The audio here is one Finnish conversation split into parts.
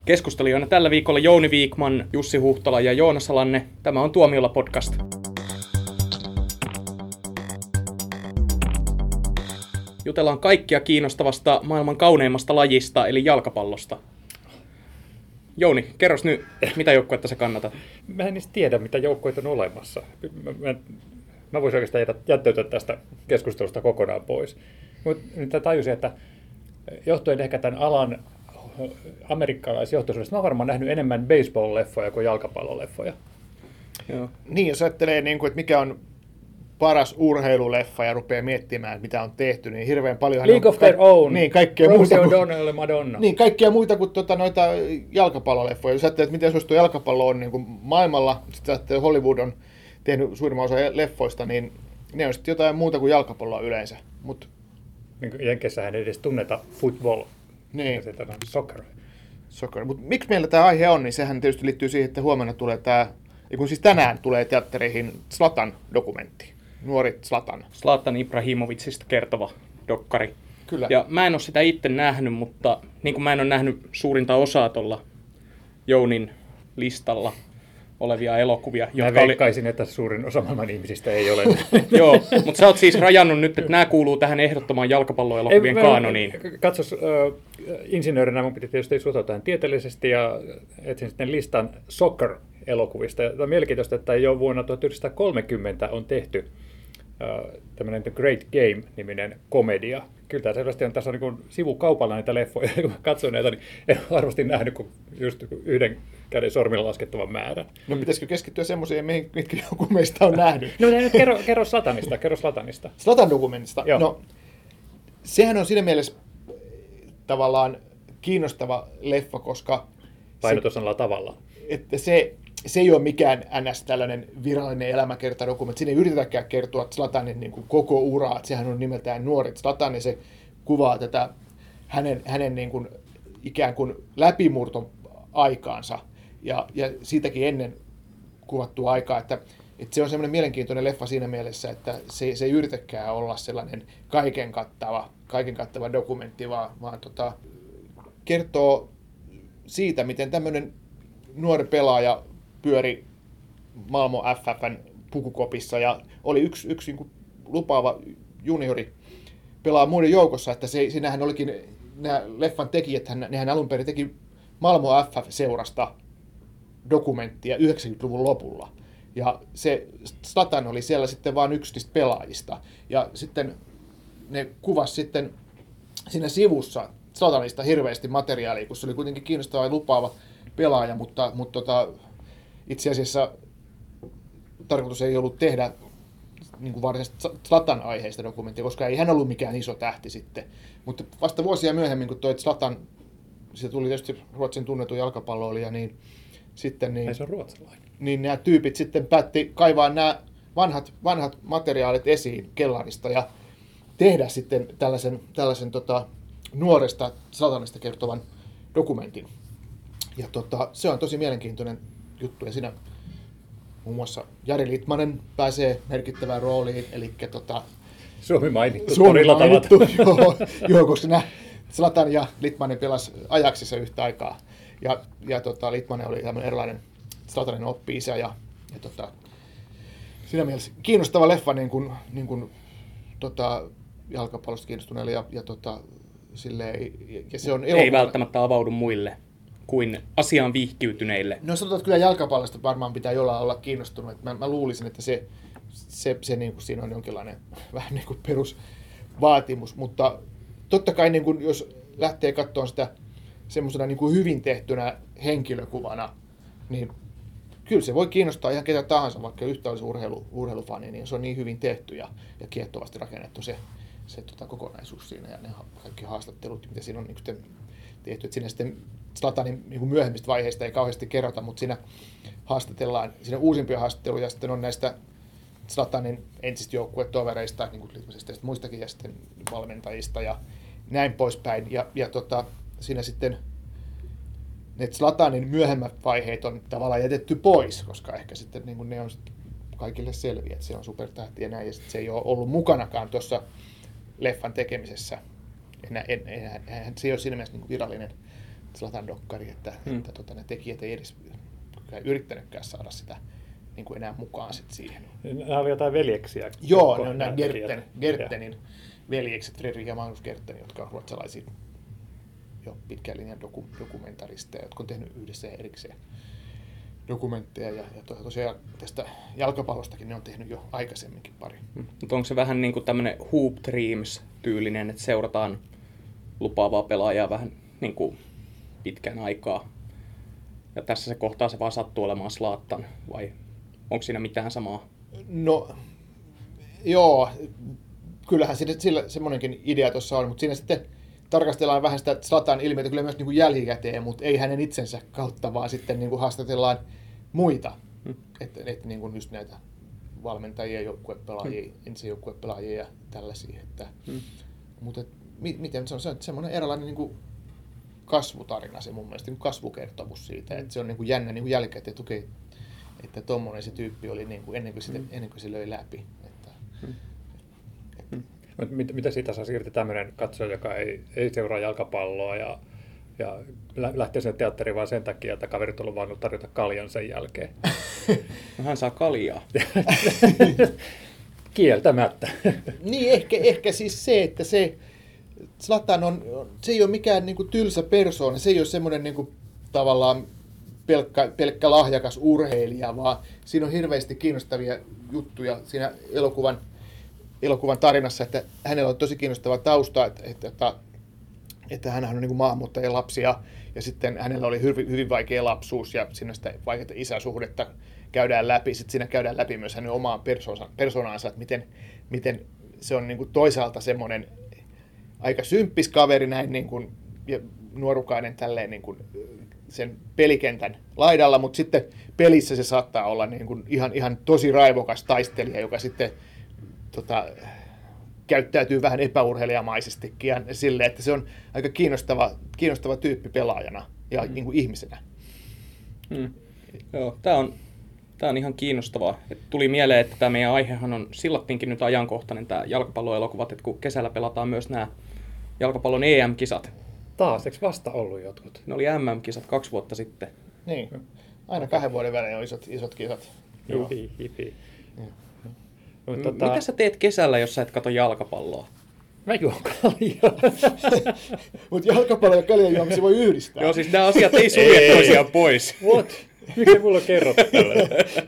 Keskustelijoina tällä viikolla Jouni Viikman, Jussi Huhtala ja Joonas Alanne. Tämä on Tuomiolla podcast. Jutellaan kaikkia kiinnostavasta maailman kauneimmasta lajista, eli jalkapallosta. Jouni, kerros nyt, mitä joukkuetta sä kannatat? Mä en edes tiedä, mitä joukkueita on olemassa. Mä voisin oikeastaan jättäytyä tästä keskustelusta kokonaan pois. Mutta nyt tajusin, että johtuen ehkä tämän alan amerikkalaisjohtoisuudesta, mä oon varmaan nähnyt enemmän baseball-leffoja kuin jalkapalloleffoja. Joo. Niin, jos ajattelee, että mikä on paras urheiluleffa ja rupeaa miettimään, mitä on tehty, niin hirveän paljon... League of Their Own, niin, kaikkea Rosie muuta O'Donnell, Madonna. Niin, kaikkea muita kuin noita jalkapalloleffoja. Jos ajattelee, että miten suosittu jalkapallo on niin kuin maailmalla, sitten ajattelee, Hollywood on tehnyt suurimman osa leffoista, niin ne on sitten jotain muuta kuin jalkapalloa yleensä. Niin Jenkessähän ei edes tunneta football, niin. Ja sitten on soccer. Mutta miksi meillä tämä aihe on, niin sehän tietysti liittyy siihen, että huomenna tulee tänään tulee teattereihin Zlatan-dokumentti. Nuori Zlatan. Zlatan Ibrahimovicista kertova dokkari. Kyllä. Ja mä en ole sitä itse nähnyt, mutta niin kuin mä en ole nähnyt suurinta osaa tuolla Jounin listalla olevia elokuvia. Mä veikkaisin, että suurin osa maailman ihmisistä ei ole. Joo, mutta sä oot siis rajannut nyt, että nämä kuuluu tähän ehdottomaan jalkapalloelokuvien kaanoniin. Katsos, insinöörinä mun piti tietysti suhtautua tähän tieteellisesti ja etsin sitten listan soccer-elokuvista. Tämä on mielenkiintoista, että jo vuonna 1930 on tehty tämmöinen The Great Game-niminen komedia. Kyllä tämä selvästi on, tässä on niin sivukaupalla näitä leffoja, kun katsoin näitä, niin en varmasti nähnyt kuin just yhden käden sormilla laskettavan määrän. No pitäisikö keskittyä semmoisiin, mitkä joku meistä on nähnyt? No kerro Zlatanista. Zlatan-dokumentista? Joo. No, sehän on siinä mielessä tavallaan kiinnostava leffa, koska... Painotusanalla tavalla. Että se ei ole mikään NS tällainen virallinen elämäkertadokumentti. Siinä ei yritetäkään kertoa Zlatanin niin kuin koko uraa. Että sehän on nimeltään Nuori Zlatan, ja se kuvaa tätä hänen niin kuin ikään kuin läpimurtoaikaansa ja siitäkin ennen kuvattua aikaa. Että se on semmoinen mielenkiintoinen leffa siinä mielessä, että se ei yritäkään olla sellainen kaiken kattava dokumentti, vaan kertoo siitä, miten tämmöinen nuori pelaaja pyöri Malmo FF:n pukukopissa ja oli yksi niin kuin lupaava juniori pelaa muiden joukossa, että siinähän olikin nämä leffan tekijät, nehän alun perin teki Malmo FF-seurasta dokumenttia 90-luvun lopulla. Ja se Zlatan oli siellä sitten vain yksi pelaajista. Ja sitten ne kuvasi sitten siinä sivussa Zlatanista hirveästi materiaalia, kun se oli kuitenkin kiinnostava ja lupaava pelaaja, mutta itse asiassa tarkoitus ei ollut tehdä niin kuin varsinaisesti Zlatan aiheista dokumenttia, koska ei hän ollut mikään iso tähti sitten. Mutta vasta vuosia myöhemmin, kun toi Zlatan, siitä tuli tietysti Ruotsin tunnettu jalkapalloilija, niin sitten se on ruotsalainen. Niin nämä tyypit sitten päätti kaivaa nämä vanhat materiaalit esiin kellarista ja tehdä sitten tällaisen nuoresta Zlatanista kertovan dokumentin. Ja se on tosi mielenkiintoinen juttu, ja siinä muun muassa Jari Litmanen pääsee merkittävään rooliin, eli Suomi mainittu. joo, koska nämä Zlatan ja Litmanen pelasi Ajaxissa yhtä aikaa, ja Litmanen oli tämmöinen erilainen Zlatanin oppi-isä, ja siinä mielessä kiinnostava leffa niin kuin jalkapallosta kiinnostuneille, ja silleen, ja se on ei välttämättä avaudu muille kuin asiaan viihkiytyneille. No sanotaan, että kyllä jalkapallosta varmaan pitää jollain olla kiinnostunut. Mä luulisin, että se niin kuin siinä on jonkinlainen vähän niin kuin perusvaatimus, mutta totta kai niin kuin, jos lähtee katsomaan sitä semmoisena niin kuin hyvin tehtynä henkilökuvana, niin kyllä se voi kiinnostaa ihan ketä tahansa, vaikka yhtä olisi urheilufani, niin se on niin hyvin tehty ja kiehtovasti rakennettu se kokonaisuus siinä ja ne kaikki haastattelut, mitä siinä on niin kuin tehty. Että siinä sitten Zlatanin niin kuin myöhemmistä vaiheista ei kauheasti kerrota, mutta siinä haastatellaan, siinä uusimpia haastatteluja sitten on näistä Zlatanin entisistä joukkuetovereista, niin kuin muistakin ja sitten valmentajista ja näin poispäin. Ja siinä sitten ne Zlatanin myöhemmät vaiheet on tavallaan jätetty pois, koska ehkä sitten niin kuin ne on sitten kaikille selviä, että se on supertähti ja näin, ja sitten se ei ole ollut mukanakaan tuossa leffan tekemisessä. Se ei ole siinä mielessä niin virallinen Zlatan-dokkari, että ne tekijät ei edes yrittänytkään saada sitä niin kuin enää mukaan sit siihen. Nämä oli jotain veljeksiä. Joo, ne on nämä Gertenin veljekset, Fredrik ja Magnus Gerten, jotka on ruotsalaisia jo pitkän linjan dokumentaristeja, jotka on tehnyt yhdessä ja erikseen dokumentteja. Ja tosiaan tästä jalkapallostakin ne on tehnyt jo aikaisemminkin pari. Mutta onko se vähän niin kuin tämmöinen Hoop Dreams-tyylinen, että seurataan lupaavaa pelaajaa vähän niin kuin pitkän aikaa? Ja tässä se kohtaa se vaan sattuu olemaan Zlatan, vai onko siinä mitään samaa? No, joo, kyllähän sillä semmoinenkin idea tuossa on, mutta siinä sitten tarkastellaan vähän sitä Zlatan ilmiötä kyllä myös niin kuin jälkikäteen, mutta ei hänen itsensä kautta, vaan sitten niin kuin haastatellaan muita, että niin kuin just näitä valmentajia, joukkuepelaajia, ensijoukkuepelaajia ja tällaisia. Mutta miten se on semmoinen erilainen niin kuin kasvutarina, se mun mielestä niin kuin kasvukertomus siitä, että se on niin kuin jännä niin kuin jälkikäteen, että tommoinen se tyyppi oli niin kuin ennen kuin se löi läpi. Mitä siitä saa irti tämmöinen katsoja, joka ei seuraa jalkapalloa ja lähtee sinne teatteriin vain sen takia, että kaverit on luvannut tarjota kaljan sen jälkeen? No hän saa kaljaa. Kieltämättä. Niin, ehkä siis se, että se Zlatan se ei ole mikään niin kuin tylsä persoona, se ei ole semmoinen niin kuin, tavallaan pelkkä lahjakas urheilija, vaan siinä on hirveästi kiinnostavia juttuja siinä elokuvan tarinassa, että hänellä on tosi kiinnostava tausta, että hän on niin kuin maahanmuuttajien lapsi ja sitten hänellä oli hyvin vaikea lapsuus ja siinä sitä vaikeaa isäsuhdetta käydään läpi. Sitten siinä käydään läpi myös hänen omaan persoonaansa, että miten se on niin kuin toisaalta semmoinen aika symppis kaveri näin niin kuin, ja nuorukainen tälleen niin kuin sen pelikentän laidalla, mutta sitten pelissä se saattaa olla niin kuin ihan tosi raivokas taistelija, joka sitten käyttäytyy vähän epäurheilijamaisestikin ja silleen, että se on aika kiinnostava tyyppi pelaajana ja niin kuin ihmisenä. Joo, tämä on ihan kiinnostavaa. Tuli mieleen, että tämä meidän aihehan on sillattinkin nyt ajankohtainen, tämä jalkapalloelokuvat, että kun kesällä pelataan myös nämä jalkapallon EM-kisat. Taas, eikö vasta ollut jotkut? Ne oli MM-kisat 2 vuotta sitten. Niin, aina 2 vuoden välein on isot kisat. Hipi. Mitä sä teet kesällä, jos sä et katso jalkapalloa? Mä juon kaljaa. Mutta jalkapallo ja kaljan juomisen voi yhdistää. Joo, siis nämä asiat ei sulje toisiaan pois. What? Miksi mulla on kerrottu tällainen?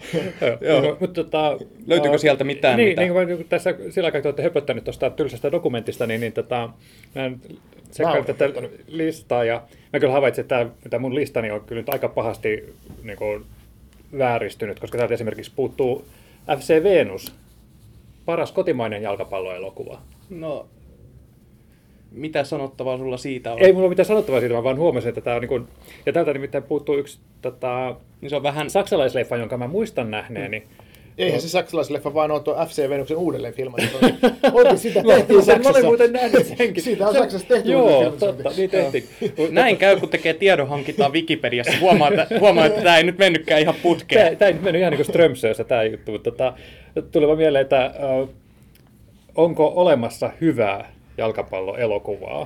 Löytyykö sieltä mitään? Niin kuin tässä sillä aikaa, kun olette höpöttänyt tuosta tylsästä dokumentista, niin mä tsekkailin tätä listaa ja mä kyllä havaitsin, että tämä mun listani on kyllä nyt aika pahasti niin kuin vääristynyt, koska täältä esimerkiksi puuttuu FC Venus, paras kotimainen jalkapalloelokuva. No, mitä sanottavaa sulla siitä on? Ei mulla ole mitään sanottavaa siitä, mä vaan huomasin, että tämä on niin kuin, ja täältä nimittäin puuttuu yksi niin se on vähän saksalaisleffa, jonka mä muistan nähneeni. Eihän se saksalaisleffa vaan ole tuo FC Venuksen uudelleen filmattu. Oikein sitä tehtiin Saksassa. Saksassa. Mä olen muuten nähnyt senkin. Siitä on Saksassa tehty. Joo, totta, niin tehtiin. Näin käy, kun tekee tiedonhankintaa Wikipediassa. Huomaa, että tämä ei nyt mennytkään ihan putkeen. Tämä ei nyt mennyt ihan niin kuin Strömsössä tämä juttu, mutta tuli vaan mieleen, että onko olemassa hyvää jalkapalloelokuvaa?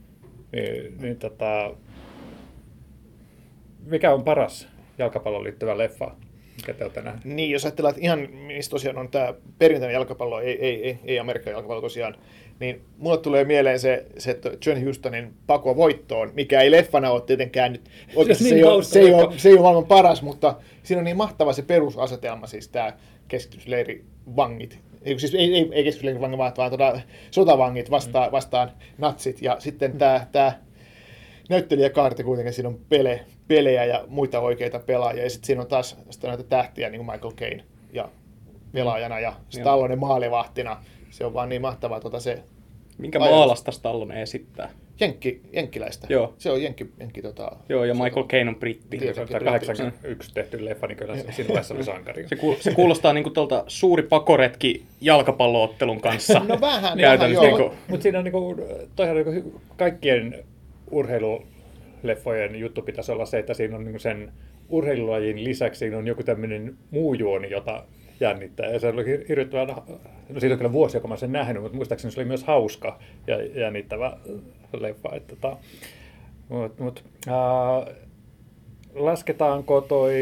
Mikä on paras jalkapalloon liittyvä leffa? Mikä te olette nähneet? Niin, jos ajatellaan, että ihan missä tosiaan on tämä perinteinen jalkapallo, ei Amerikan jalkapallo tosiaan, niin mulle tulee mieleen se John Houstonin Pako voittoon, mikä ei leffana ole tietenkään nyt, oikeasti se ei ole maailman paras, mutta siinä on niin mahtava se perusasetelma, siis tämä keskitysleirivangit, ei keskitysleirivangit, vaan sotavangit vastaan natsit, ja sitten tämä näyttelijäkaarti kuitenkin, siinä on pelejä ja muita oikeita pelaajia, ja sitten siinä on taas näitä tähtiä, niin kuin Michael Caine ja pelaajana ja Stallone maalivahtina. Se on vaan niin mahtavaa se. Minkä maalasta Stallone esittää? Jenkkiläistä. Joo. Se on jenkki Joo, ja Michael Caine on britti. Se on 81 tehty leffa, niin kyllä siinä vaiheessa oli sankari. Se kuulostaa niin kuin tuolta suuri pakoretki jalkapalloottelun kanssa. No vähän joo. Mutta siinä on niin kaikkien urheiluleffojen juttu pitäisi olla se, että siinä on niin sen urheilulajin lisäksi siinä on joku tämmöinen muu juoni, jota jännittää. Ja se oli hirvittävän, no siitä on kyllä vuosia, kun mä sen nähnyt, mutta muistaakseni se oli myös hauska ja jännittävä leffa. Lasketaanko toi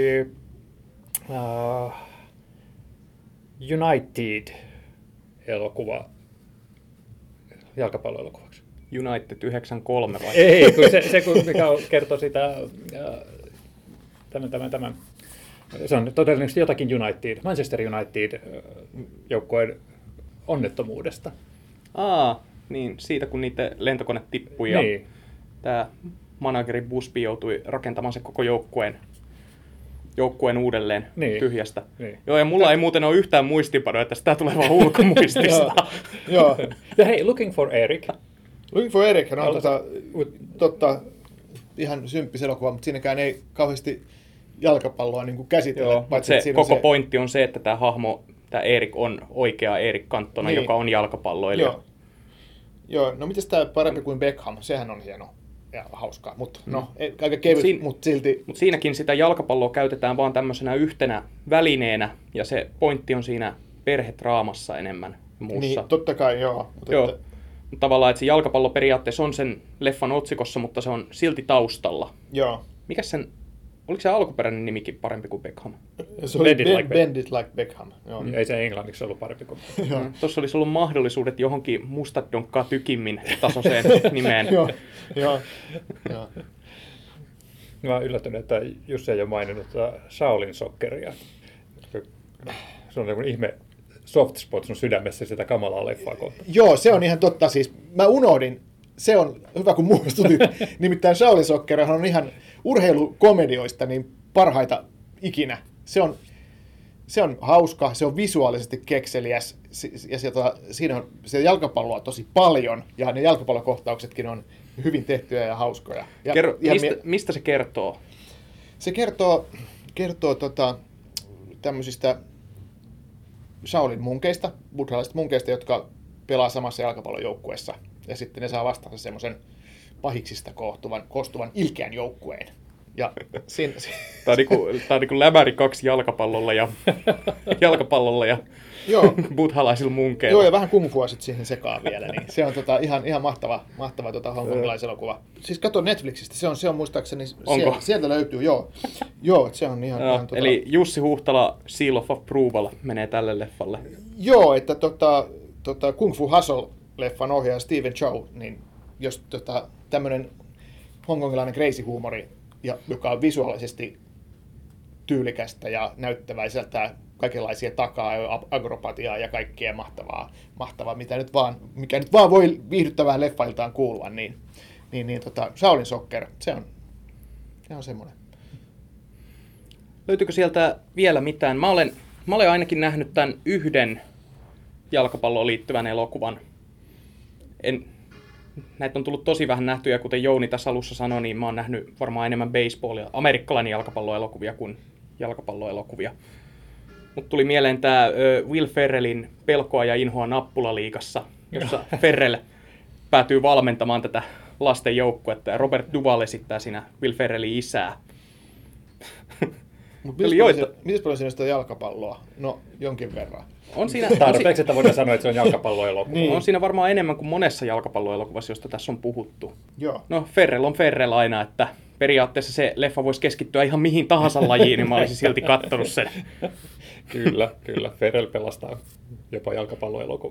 United-elokuva jalkapalloelokuvaksi? United 93 vai? Ei, kun mikä kertoo sitä, tämän. Se on todennäköisesti jotakin Manchester United joukkueen onnettomuudesta. Niin siitä kun niiden lentokone tippui ja Niin. tämä manageri Busby joutui rakentamaan se koko joukkueen uudelleen tyhjästä. Niin. Joo, ja mulla ei muuten ole yhtään muistipanoja, että tämä tulee vaan ulkomuistista. Joo. Ja hei, Looking for Eric. Looking for Eric on totta, ihan symppis elokuva, mutta siinäkään ei kauheasti jalkapalloa niin kuin käsitellä. Joo, mutta se koko pointti on se, että tämä hahmo, tämä Erik on oikea Erik Cantona, joka on jalkapalloilija. Joo, no mitäs tämä Parempi kuin Beckham? Sehän on hieno ja hauskaa, mutta aika kevyt, mutta silti. Mutta siinäkin sitä jalkapalloa käytetään vaan tämmöisenä yhtenä välineenä, ja se pointti on siinä perhedraamassa enemmän muussa. Niin, totta kai, joo. Mutta tavallaan, että se jalkapallo periaatteessa on sen leffan otsikossa, mutta se on silti taustalla. Joo. Oliko se alkuperäinen nimikin Parempi kuin Beckham? Se oli Bend It Like Beckham. Joo. Ei se englanniksi ollut parempi kuin Beckham. Tuossa olisi ollut mahdollisuudet johonkin mustadonkkaa tykimmin tasoiseen nimeen. Joo. Mä oon yllättynyt, että Jussi ei ole maininnut Shaolin Socceria. Se on joku ihme soft spot sun sydämessä sitä kamalaa leffaa kohta. Joo, se on ihan totta. Siis mä unohdin. Se on hyvä, kun muistutit. Nimittäin Shaolin Soccer on ihan urheilukomedioista niin parhaita ikinä. Se on hauska, se on visuaalisesti kekseliäs ja siinä on se jalkapalloa tosi paljon ja ne jalkapallokohtauksetkin on hyvin tehtyjä ja hauskoja. Ja mistä se kertoo? Se kertoo tämmöisistä Shaolin munkeista, buddhalaisista munkeista, jotka pelaa samassa jalkapallojoukkueessa. Ja sitten ne saa vastaansa semmoisen pahiksista koostuvan ilkeän joukkueen. Ja Tämä on niin kuin lämäri 2 jalkapallolla ja buddhalaisilla munkeilla. Joo, ja vähän kungfua sitten siihen sekaan vielä. Niin se on ihan mahtava hongkongilaiselokuva. Siis katso Netflixistä, se on muistaakseni, sieltä löytyy, joo, se on ihan eli Jussi Huhtala Seal of Approval menee tälle leffalle. Joo, että Kung Fu Hustle-leffan ohjaaja Steven Chow, niin jos tämmöinen hongkongilainen crazy-huumori, joka on visuaalisesti tyylikästä ja näyttäväiseltä, kaikenlaisia takaa, akrobatiaa ja kaikkea mahtavaa mikä nyt vaan voi viihdyttävään leffailtaan kuulua, niin Shaolin Soccer, se on semmoinen. Löytyykö sieltä vielä mitään? Mä olen ainakin nähnyt tämän yhden jalkapalloon liittyvän elokuvan. Näitä on tullut tosi vähän nähtyjä, kuten Jouni tässä alussa sanoi, niin mä oon nähnyt varmaan enemmän baseballia, amerikkalainen jalkapalloelokuvia kuin jalkapalloelokuvia. Mutta tuli mieleen tämä Will Ferrellin Pelkoa ja inhoa nappulaliigassa, jossa Ferrell päätyy valmentamaan tätä lasten joukkuetta ja Robert Duvall esittää siinä Will Ferrellin isää. Mites paljon siinä sitä jalkapalloa? No, jonkin verran. On siinä tarpeeksi, että voidaan sanoa, että se on jalkapalloelokuva. Niin. On siinä varmaan enemmän kuin monessa jalkapalloelokuvassa, josta tässä on puhuttu. Joo. No, Ferrell on Ferrell aina, että periaatteessa se leffa voisi keskittyä ihan mihin tahansa lajiin, niin mä olisin silti kattonut sen. Kyllä. Ferrell pelastaa jopa jalkapalloelokuva.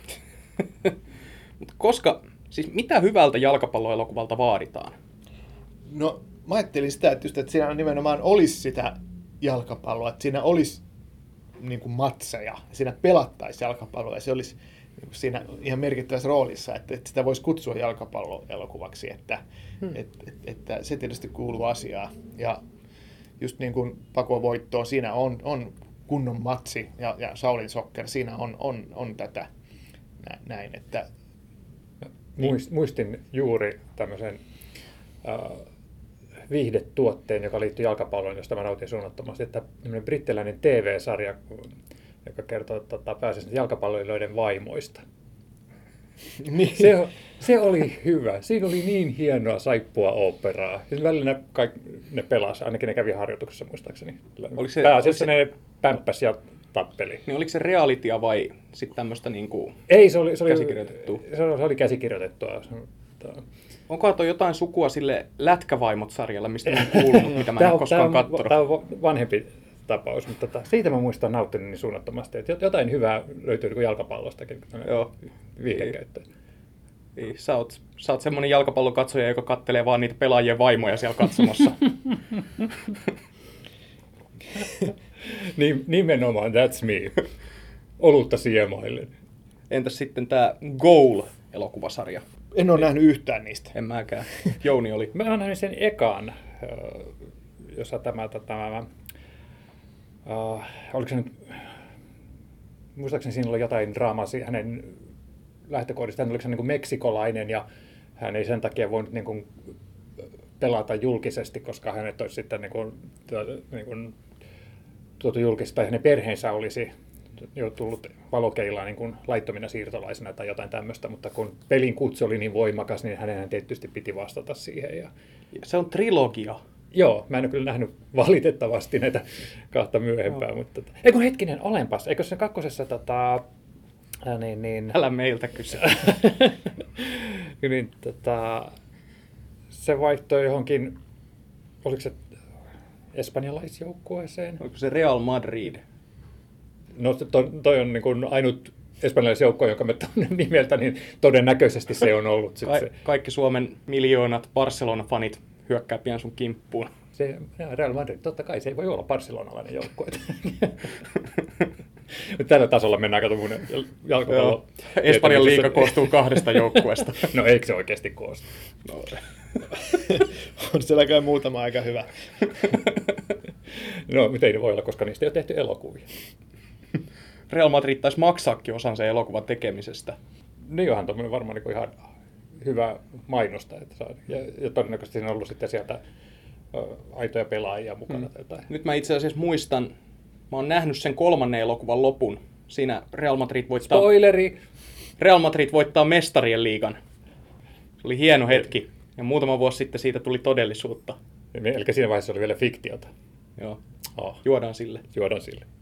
Siis mitä hyvältä jalkapalloelokuvalta vaaditaan? No, mä ajattelin sitä, että siinä nimenomaan olisi sitä jalkapalloa, että siinä olisi niin kuin matseja, siinä pelattaisiin jalkapalloa ja se olisi siinä ihan merkittävässä roolissa, että sitä voisi kutsua jalkapalloelokuvaksi, että se tietysti kuuluu asiaan. Ja just niin kuin pakovoittoon, siinä on kunnon matsi ja Shaolin Soccer, siinä on tätä näin, että Muistin juuri tämmöisen viihdetuotteen, joka liittyy jalkapalloon, josta mä nautin suunnattomasti, että brittiläinen TV-sarja, joka kertoo pääasiassa jalkapalloilijoiden vaimoista. Niin. Se oli hyvä. Siinä oli niin hienoa saippua oopperaa. Ja välillä ne pelasi, ainakin ne kävi harjoituksessa muistaakseni. Pääasiassa ne pämppäs ja tappeli. Niin oliko se realitya vai sitten tämmöistä niinku Ei, se oli käsikirjoitettua? Se oli käsikirjoitettua. Onkohan toi jotain sukua sille Lätkävaimot-sarjalle, mistä mä oon kuullut, mitä mä en ole koskaan kattonut? Tämä on vanhempi tapaus, mutta siitä mä muistan nauttinut niin suunnattomasti, että jotain hyvää löytyy niin jalkapallostakin viihdekäyttöön. Niin, sä oot semmoinen jalkapallokatsoja, joka kattelee vaan niitä pelaajien vaimoja siellä katsomassa. Nimenomaan, that's me. Olutta siemaillen. Entäs sitten tää Goal-elokuvasarja? En ole nähnyt yhtään niistä. En mäkään. Jouni oli. Mä oon nähnyt sen ekan, jossa oliko se nyt, muistaakseni siinä oli jotain draamaa hänen lähtökohdista. Hän oli se niin kuin meksikolainen ja hän ei sen takia voinut niin kuin pelata julkisesti, koska hänet olisi sitten niin kuin tuotu julkisesti, tai hänen perheensä olisi jo tullut valokeilaan niin kuin laittomina siirtolaisina tai jotain tämmöistä, mutta kun pelin kutsu oli niin voimakas, niin hänen tietysti piti vastata siihen. Ja se on trilogia. Joo, mä en ole kyllä nähnyt valitettavasti näitä kahta myöhempää, mutta... Eikö hetkinen, olenpas. Eikö se kakkosessa Älä meiltä kysy. Se vaihtoi johonkin, oliko se espanjalaisjoukkueeseen? Onko se Real Madrid? No toi on niin kuin ainut espanjalaisjoukko, jonka mä tunnen nimeltä, niin todennäköisesti se on ollut. Kaikki Suomen miljoonat Barcelona-fanit hyökkää pian sun kimppuun. Real Madrid, totta kai se ei voi olla barcelonalainen joukkue. Tällä tasolla mennään katsomaan jalkapallo. Espanjan liiga koostuu 2 joukkueesta. No eikö se oikeasti koostu? No. On siellä kai muutama aika hyvä. No, mutta ei ne voi olla, koska niistä ei ole tehty elokuvia. Real Madrid taisi maksaakin osan sen elokuvan tekemisestä. Niin onhan tuommoinen varmaan niin ihan hyvä mainosta. Ja todennäköisesti siinä on ollut sitten sieltä aitoja pelaajia mukana. Nyt mä itse asiassa muistan, mä oon nähnyt sen 3. elokuvan lopun. Siinä Real Madrid voittaa... Spoileri! Real Madrid voittaa mestarien liigan. Se oli hieno hetki. Ja muutama vuosi sitten siitä tuli todellisuutta. Eli siinä vaiheessa oli vielä fiktiota. Joo. Oh. Juodaan sille. Juodaan sille.